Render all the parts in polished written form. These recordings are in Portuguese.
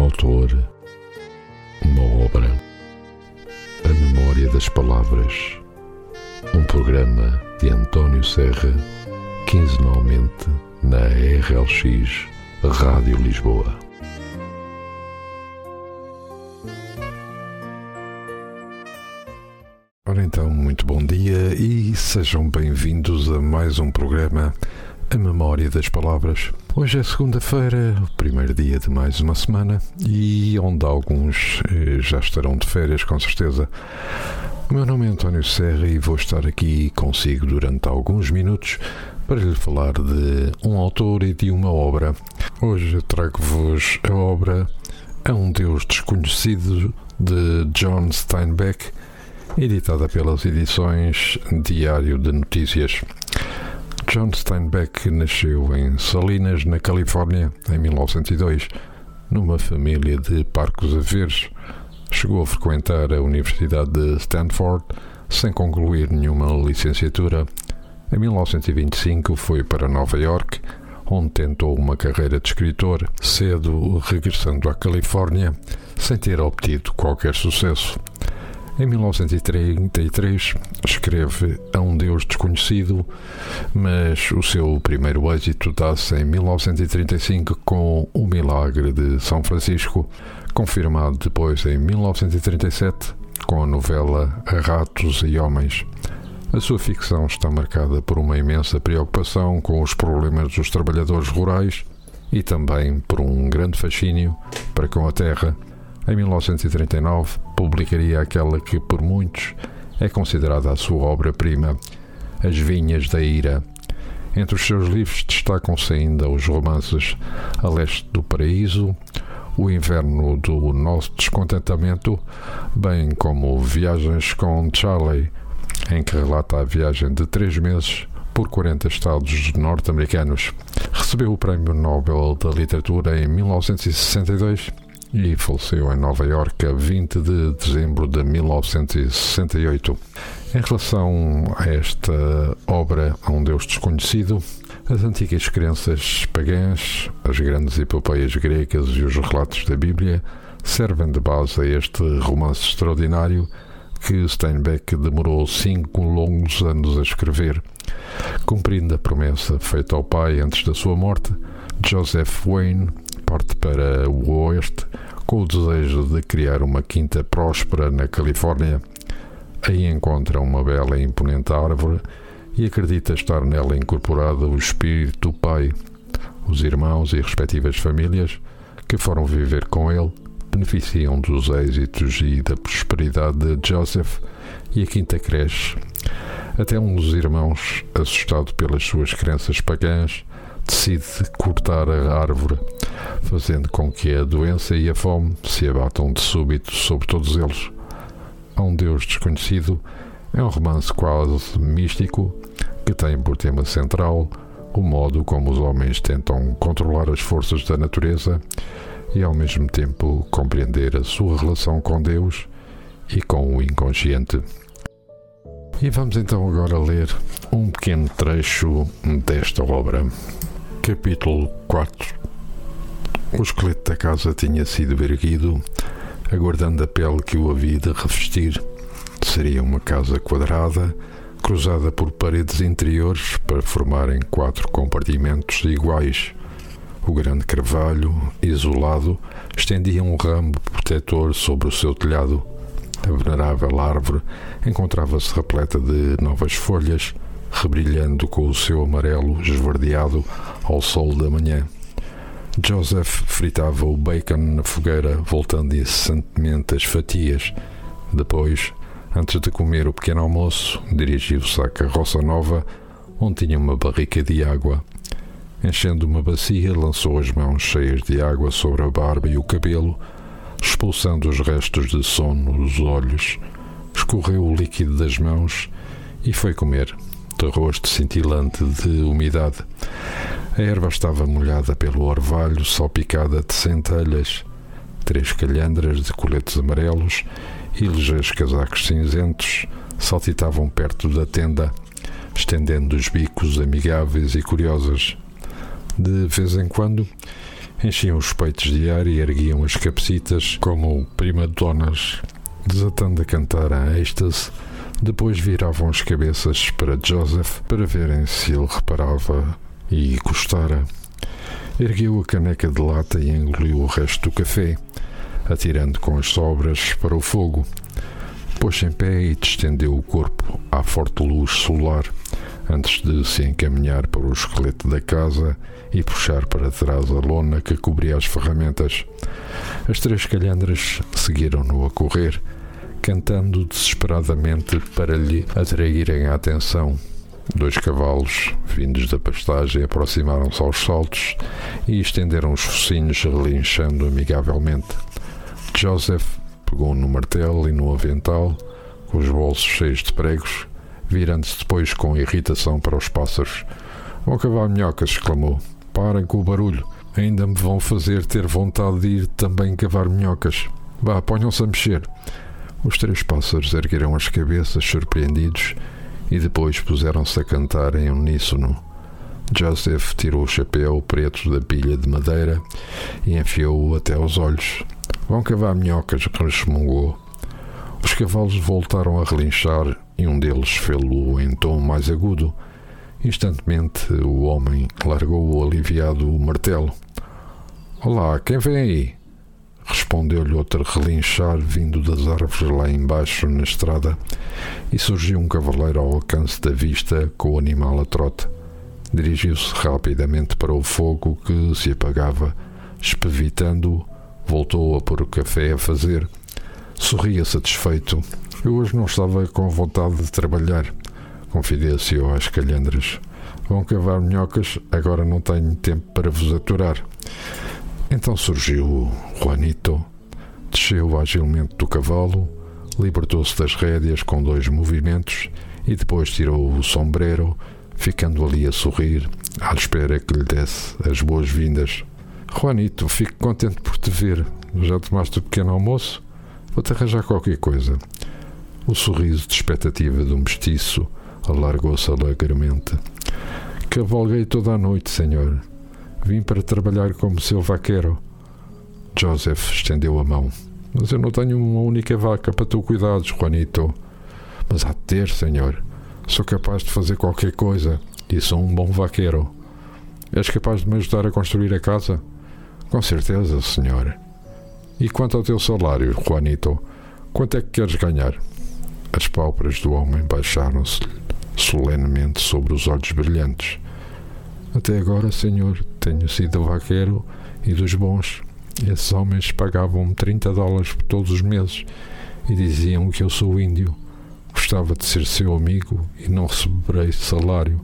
autor, uma obra, a memória das palavras, um programa de António Serra, quinzenalmente na RLX Rádio Lisboa. Ora então, muito bom dia e sejam bem-vindos a mais um programa, a memória das palavras. Hoje é segunda-feira, o primeiro dia de mais uma semana e onde alguns já estarão de férias, com certeza. O meu nome é António Serra e vou estar aqui consigo durante alguns minutos para lhe falar de um autor e de uma obra. Hoje trago-vos a obra A um Deus Desconhecido, de John Steinbeck, editada pelas edições Diário de Notícias. John Steinbeck nasceu em Salinas, na Califórnia, em 1902, numa família de parcos a veres. Chegou a frequentar a Universidade de Stanford, sem concluir nenhuma licenciatura. Em 1925 foi para Nova York, onde tentou uma carreira de escritor, cedo regressando à Califórnia, sem ter obtido qualquer sucesso. Em 1933 escreve A um Deus Desconhecido, mas o seu primeiro êxito dá-se em 1935 com O Milagre de São Francisco, confirmado depois em 1937 com a novela A Ratos e Homens. A sua ficção está marcada por uma imensa preocupação com os problemas dos trabalhadores rurais e também por um grande fascínio para com a terra. Em 1939, publicaria aquela que, por muitos, é considerada a sua obra-prima, As Vinhas da Ira. Entre os seus livros destacam-se ainda os romances A Leste do Paraíso, O Inverno do Nosso Descontentamento, bem como Viagens com Charlie, em que relata a viagem de 3 meses por 40 estados norte-americanos. Recebeu o Prémio Nobel da Literatura em 1962 e faleceu em Nova Iorque a 20 de dezembro de 1968. Em relação a esta obra, A um Deus Desconhecido, as antigas crenças pagãs, as grandes epopeias gregas e os relatos da Bíblia servem de base a este romance extraordinário que Steinbeck demorou 5 longos anos a escrever. Cumprindo a promessa feita ao pai antes da sua morte, Joseph Wayne parte para o oeste com o desejo de criar uma quinta próspera na Califórnia. Aí encontra uma bela e imponente árvore e acredita estar nela incorporado o espírito do pai. Os irmãos e respectivas famílias que foram viver com ele beneficiam dos êxitos e da prosperidade de Joseph e a quinta cresce. Até um dos irmãos, assustado pelas suas crenças pagãs, decide cortar a árvore, fazendo com que a doença e a fome se abatam de súbito sobre todos eles. A um Deus Desconhecido é um romance quase místico que tem por tema central o modo como os homens tentam controlar as forças da natureza e ao mesmo tempo compreender a sua relação com Deus e com o inconsciente. E vamos então agora ler um pequeno trecho desta obra. Capítulo 4. O esqueleto da casa tinha sido erguido, aguardando a pele que o havia de revestir. Seria uma casa quadrada, cruzada por paredes interiores para formarem 4 compartimentos iguais. O grande carvalho, isolado, estendia um ramo protetor sobre o seu telhado. A venerável árvore encontrava-se repleta de novas folhas, rebrilhando com o seu amarelo esverdeado ao sol da manhã. Joseph fritava o bacon na fogueira, voltando incessantemente as fatias. Depois, antes de comer o pequeno almoço, dirigiu-se à carroça nova, onde tinha uma barrica de água. Enchendo uma bacia, lançou as mãos cheias de água sobre a barba e o cabelo, expulsando os restos de sono dos olhos. Escorreu o líquido das mãos e foi comer, de rosto cintilante de umidade. A erva estava molhada pelo orvalho, salpicada de centelhas. 3 calhandras de coletes amarelos e ligeiros casacos cinzentos saltitavam perto da tenda, estendendo os bicos amigáveis e curiosas. De vez em quando, enchiam os peitos de ar e erguiam as cabecitas como primadonnas, desatando a cantar a êxtase. Depois viravam as cabeças para Joseph para verem se ele reparava e gostara. Ergueu a caneca de lata e engoliu o resto do café, atirando com as sobras para o fogo. Pôs-se em pé e distendeu o corpo à forte luz solar, antes de se encaminhar para o esqueleto da casa e puxar para trás a lona que cobria as ferramentas. As 3 calhandras seguiram-no a correr, cantando desesperadamente para lhe atraírem a atenção. 2 cavalos, vindos da pastagem, aproximaram-se aos saltos e estenderam os focinhos relinchando amigavelmente. Joseph pegou no martelo e no avental, com os bolsos cheios de pregos, virando-se depois com irritação para os pássaros. "Vão cavar minhocas", exclamou. "Parem com o barulho. Ainda me vão fazer ter vontade de ir também cavar minhocas. Vá, ponham-se a mexer." Os 3 pássaros ergueram as cabeças, surpreendidos, e depois puseram-se a cantar em uníssono. Joseph tirou o chapéu preto da pilha de madeira e enfiou-o até aos olhos. "Vão cavar minhocas", resmungou. Os cavalos voltaram a relinchar e um deles fê-lo em tom mais agudo. Instantemente o homem largou aliviado o martelo. "Olá, quem vem aí?" Respondeu-lhe outro relinchar vindo das árvores lá embaixo na estrada, e surgiu um cavaleiro ao alcance da vista com o animal a trote. Dirigiu-se rapidamente para o fogo que se apagava. Espevitando-o, voltou a pôr o café a fazer. Sorria satisfeito. "Eu hoje não estava com vontade de trabalhar", confidenciou às calhandras. "Vão cavar minhocas, agora não tenho tempo para vos aturar." Então surgiu Juanito, desceu agilmente do cavalo, libertou-se das rédeas com 2 movimentos e depois tirou o sombrero, ficando ali a sorrir, à espera que lhe desse as boas-vindas. "Juanito, fico contente por te ver. Já tomaste o pequeno almoço? Vou-te arranjar qualquer coisa." O sorriso de expectativa do mestiço alargou-se alegremente. "Cavalguei toda a noite, senhor. Vim para trabalhar como seu vaqueiro." Joseph estendeu a mão. "Mas eu não tenho uma única vaca para tu cuidares, Juanito." "Mas há de ter, senhor. Sou capaz de fazer qualquer coisa e sou um bom vaqueiro." "És capaz de me ajudar a construir a casa?" "Com certeza, senhor." "E quanto ao teu salário, Juanito? Quanto é que queres ganhar?" As pálpebras do homem baixaram-se solenemente sobre os olhos brilhantes. "Até agora, senhor, tenho sido vaqueiro e dos bons. Esses homens pagavam-me $30 por todos os meses e diziam que eu sou índio. Gostava de ser seu amigo e não receberei salário."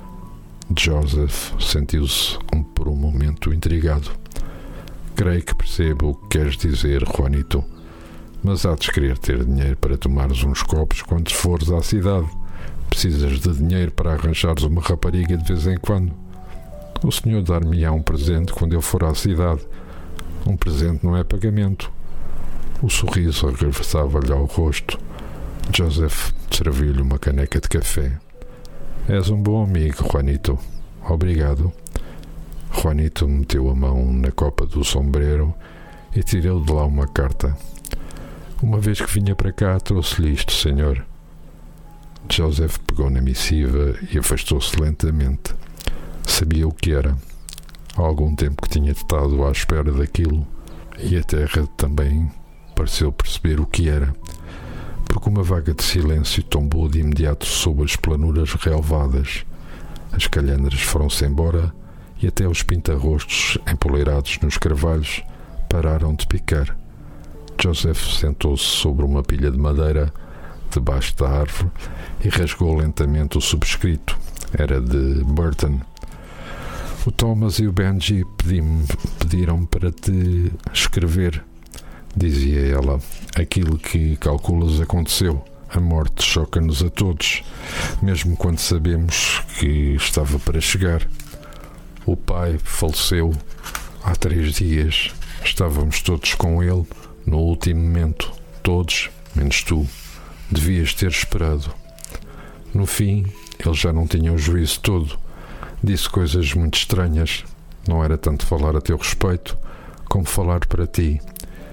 Joseph sentiu-se por um momento intrigado. "Creio que percebo o que queres dizer, Juanito, mas há de querer ter dinheiro para tomares uns copos quando fores à cidade. Precisas de dinheiro para arranjares uma rapariga de vez em quando. O senhor dar-me-á um presente quando eu for à cidade. Um presente não é pagamento." O sorriso regressava-lhe ao rosto. Joseph serviu-lhe uma caneca de café. "És um bom amigo, Juanito. Obrigado." Juanito meteu a mão na copa do sombrero e tirou de lá uma carta. "Uma vez que vinha para cá, trouxe-lhe isto, senhor." Joseph pegou na missiva e afastou-se lentamente. Sabia o que era. Há algum tempo que tinha estado à espera daquilo, e a terra também pareceu perceber o que era, porque uma vaga de silêncio tombou de imediato sobre as planuras relvadas. As calhandras foram-se embora e até os pintarrostos empoleirados nos carvalhos pararam de picar. Joseph sentou-se sobre uma pilha de madeira debaixo da árvore e rasgou lentamente o subscrito. Era de Burton. "O Thomas e o Benji pediram-me para te escrever", dizia ela. "Aquilo que calculas aconteceu. A morte choca-nos a todos, mesmo quando sabemos que estava para chegar. O pai faleceu há 3 dias. Estávamos todos com ele no último momento. Todos, menos tu. Devias ter esperado. No fim, ele já não tinha o juízo todo. Disse coisas muito estranhas. Não era tanto falar a teu respeito, como falar para ti.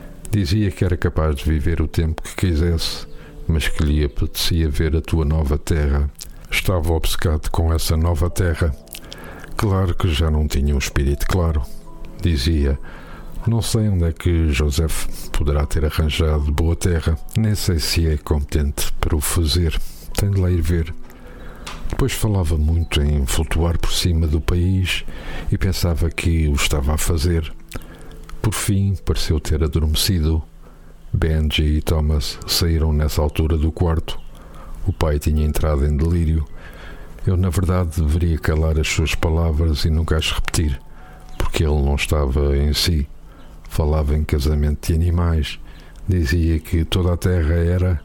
Dizia que era capaz de viver o tempo que quisesse, mas que lhe apetecia ver a tua nova terra. Estava obcecado com essa nova terra. Claro que já não tinha um espírito claro. Dizia: não sei onde é que Joseph poderá ter arranjado boa terra, nem sei se é competente para o fazer. Tem de lá ir ver. Depois falava muito em flutuar por cima do país e pensava que o estava a fazer. Por fim, pareceu ter adormecido. Benji e Thomas saíram nessa altura do quarto. O pai tinha entrado em delírio. Eu, na verdade, deveria calar as suas palavras e nunca as repetir, porque ele não estava em si. Falava em casamento de animais. Dizia que toda a terra era...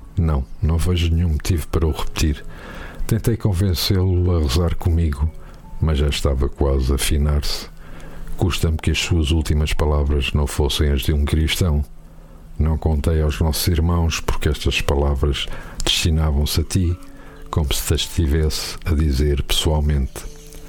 Não vejo nenhum motivo para o repetir. Tentei convencê-lo a rezar comigo, mas já estava quase a afinar-se. Custa-me que as suas últimas palavras não fossem as de um cristão. Não contei aos nossos irmãos porque estas palavras destinavam-se a ti, como se te estivesse a dizer pessoalmente.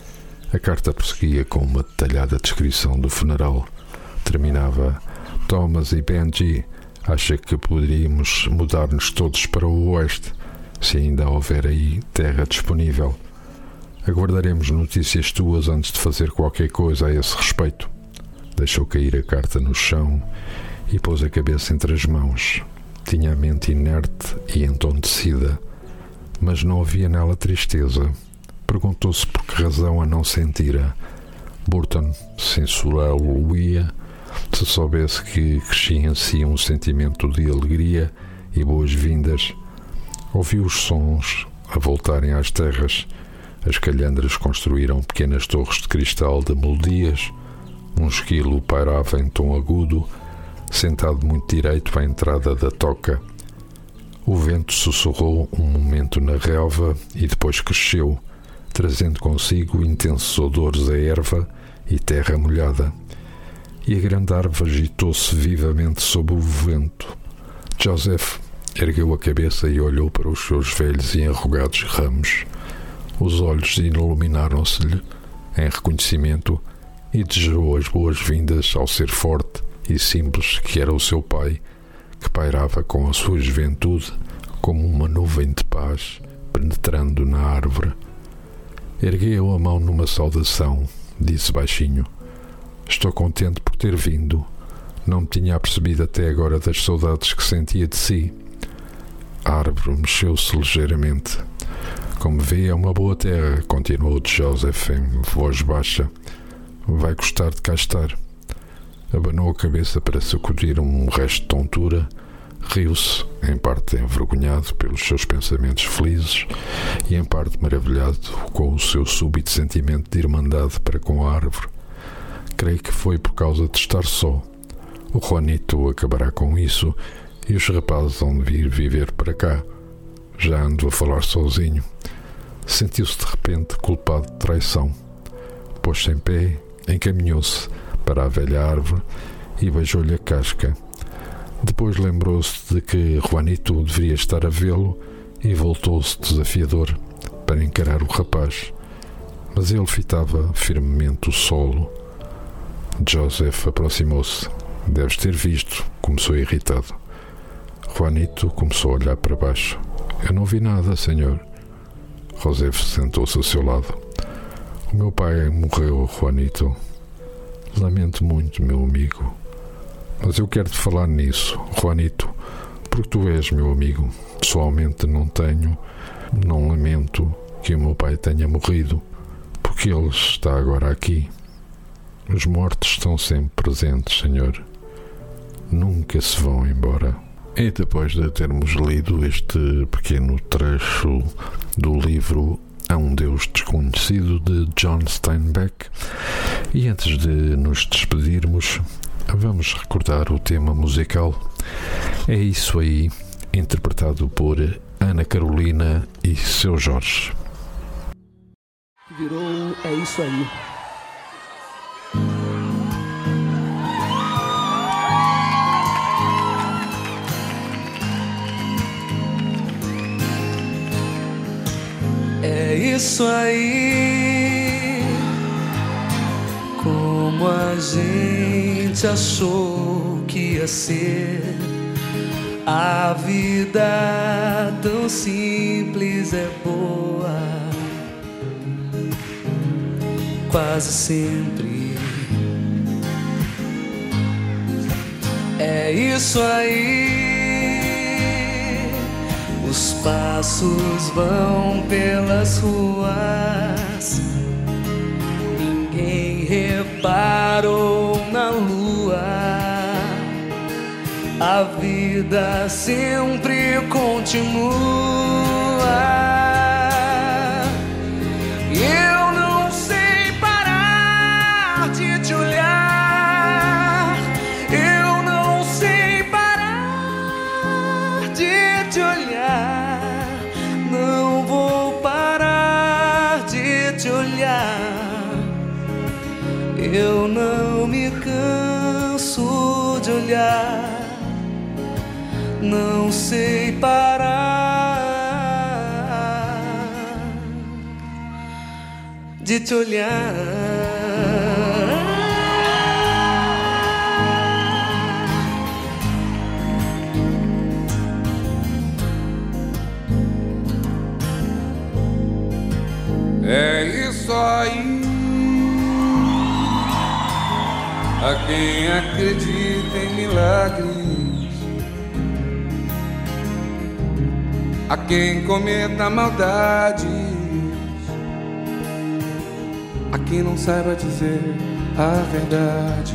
A carta prosseguia com uma detalhada descrição do funeral. Terminava: Thomas e Benji, acha que poderíamos mudar-nos todos para o oeste, se ainda houver aí terra disponível. Aguardaremos notícias tuas antes de fazer qualquer coisa a esse respeito. Deixou cair a carta no chão e pôs a cabeça entre as mãos. Tinha a mente inerte e entontecida, mas não havia nela tristeza. Perguntou-se por que razão a não sentira. Burton censurá-lo-ia se soubesse que crescia em si um sentimento de alegria e boas-vindas. Ouviu os sons a voltarem às terras. As calhandras construíram pequenas torres de cristal de melodias. Um esquilo pairava em tom agudo, sentado muito direito à entrada da toca. O vento sussurrou um momento na relva e depois cresceu, trazendo consigo intensos odores a erva e terra molhada. E a grande árvore agitou-se vivamente sob o vento. Joseph ergueu a cabeça e olhou para os seus velhos e enrugados ramos. Os olhos iluminaram-se-lhe em reconhecimento e desejou as boas-vindas ao ser forte e simples que era o seu pai, que pairava com a sua juventude como uma nuvem de paz penetrando na árvore. Ergueu a mão numa saudação, disse baixinho: Estou contente por ter vindo. Não me tinha apercebido até agora das saudades que sentia de si. A árvore mexeu-se ligeiramente. Como vê, é uma boa terra, continuou Joseph em voz baixa. Vai gostar de cá estar. Abanou a cabeça para sacudir um resto de tontura. Riu-se, em parte envergonhado pelos seus pensamentos felizes e em parte maravilhado com o seu súbito sentimento de irmandade para com a árvore. Creio que foi por causa de estar só. O Juanito acabará com isso e os rapazes vão vir viver para cá. Já ando a falar sozinho. Sentiu-se de repente culpado de traição. Pôs-se em pé, encaminhou-se para a velha árvore e beijou-lhe a casca. Depois lembrou-se de que Juanito deveria estar a vê-lo e voltou-se desafiador para encarar o rapaz. Mas ele fitava firmemente o solo. Joseph aproximou-se. Deves ter visto, começou irritado. Juanito começou a olhar para baixo. Eu não vi nada, senhor. Joseph sentou-se ao seu lado. O meu pai morreu, Juanito. Lamento muito, meu amigo. Mas eu quero-te falar nisso, Juanito, porque tu és meu amigo. Pessoalmente não lamento que o meu pai tenha morrido, porque ele está agora aqui. Os mortos estão sempre presentes, senhor. Nunca se vão embora. E depois de termos lido este pequeno trecho do livro Há um Deus Desconhecido, de John Steinbeck, e antes de nos despedirmos, vamos recordar o tema musical. É Isso Aí, interpretado por Ana Carolina e Seu Jorge. Virou É Isso Aí. É isso aí, como a gente achou que ia ser. A vida tão simples é boa, quase sempre. É isso aí. Os passos vão pelas ruas, ninguém reparou na lua. A vida sempre continua. Eu não sei parar de te olhar. Eu não sei parar de te olhar. Não vou parar de te olhar. Eu não me canso de olhar. Não sei parar de te olhar. É isso aí. A quem acredita em milagres, a quem cometa maldades, a quem não saiba dizer a verdade.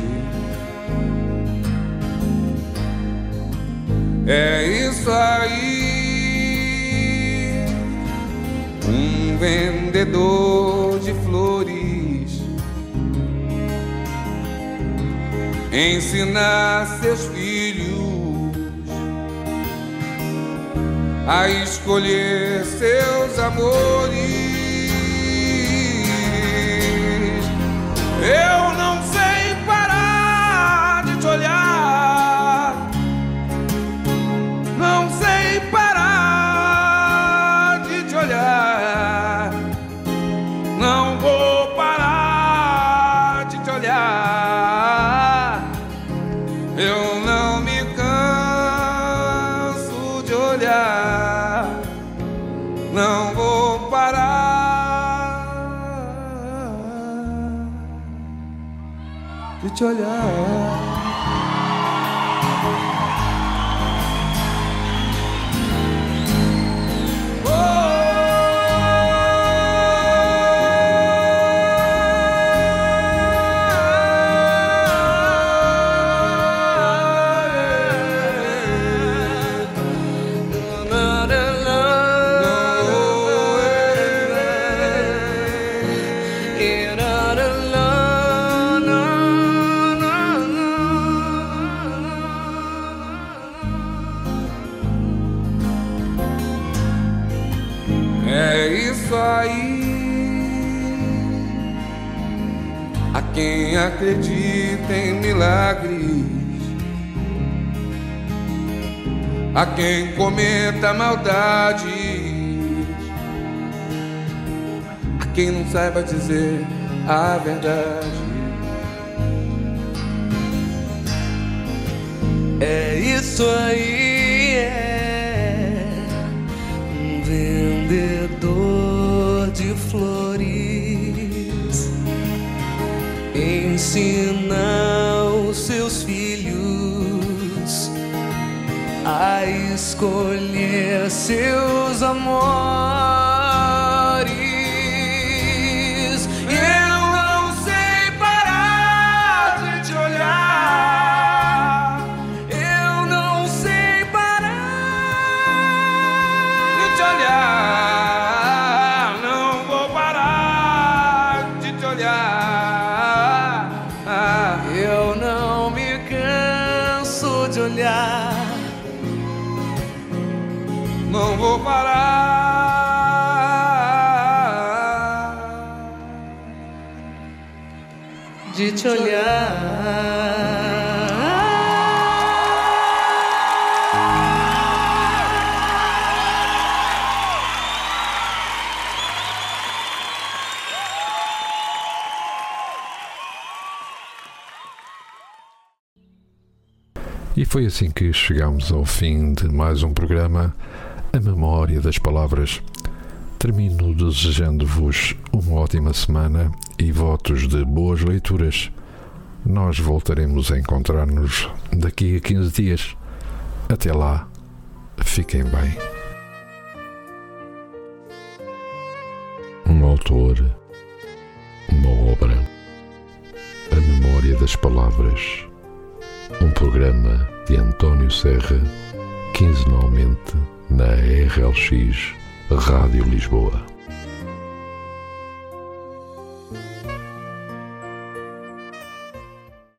É isso aí. Um vendedor de flores ensinar seus filhos a escolher seus amores. Eu não sei parar de te olhar. Não sei parar de te olhar. Não vou parar de te olhar. Eu não me canso de olhar. Não vou parar de te olhar. É isso aí. A quem acredita em milagres, a quem cometa maldades, a quem não saiba dizer a verdade. É isso aí, é um vendedor de flores ensina os seus filhos a escolher seus amores. Eu não sei parar de te olhar. Eu não sei parar De te olhar, não vou parar de te olhar. Eu não me canso de olhar. Não vou parar de te olhar. E foi assim que chegamos ao fim de mais um programa, A Memória das Palavras. Termino desejando-vos uma ótima semana e votos de boas leituras. Nós voltaremos a encontrar-nos daqui a 15 dias. Até lá, fiquem bem. Um autor, uma obra, A Memória das Palavras. Um programa de António Serra, quinzenalmente na RLX Rádio Lisboa.